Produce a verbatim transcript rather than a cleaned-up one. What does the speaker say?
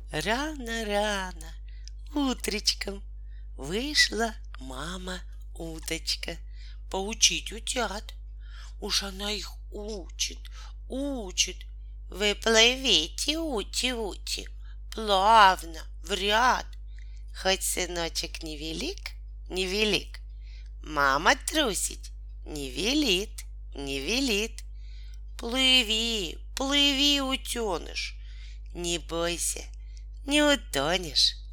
Рано-рано, утречком вышла мама-уточка поучить утят. Уж она их учит, учит. Вы плывите, ути-ути, плавно, в ряд. Хоть сыночек невелик, невелик, мама трусить не велит, не велит. Плыви, плыви, утеныш, не бойся, не утонешь.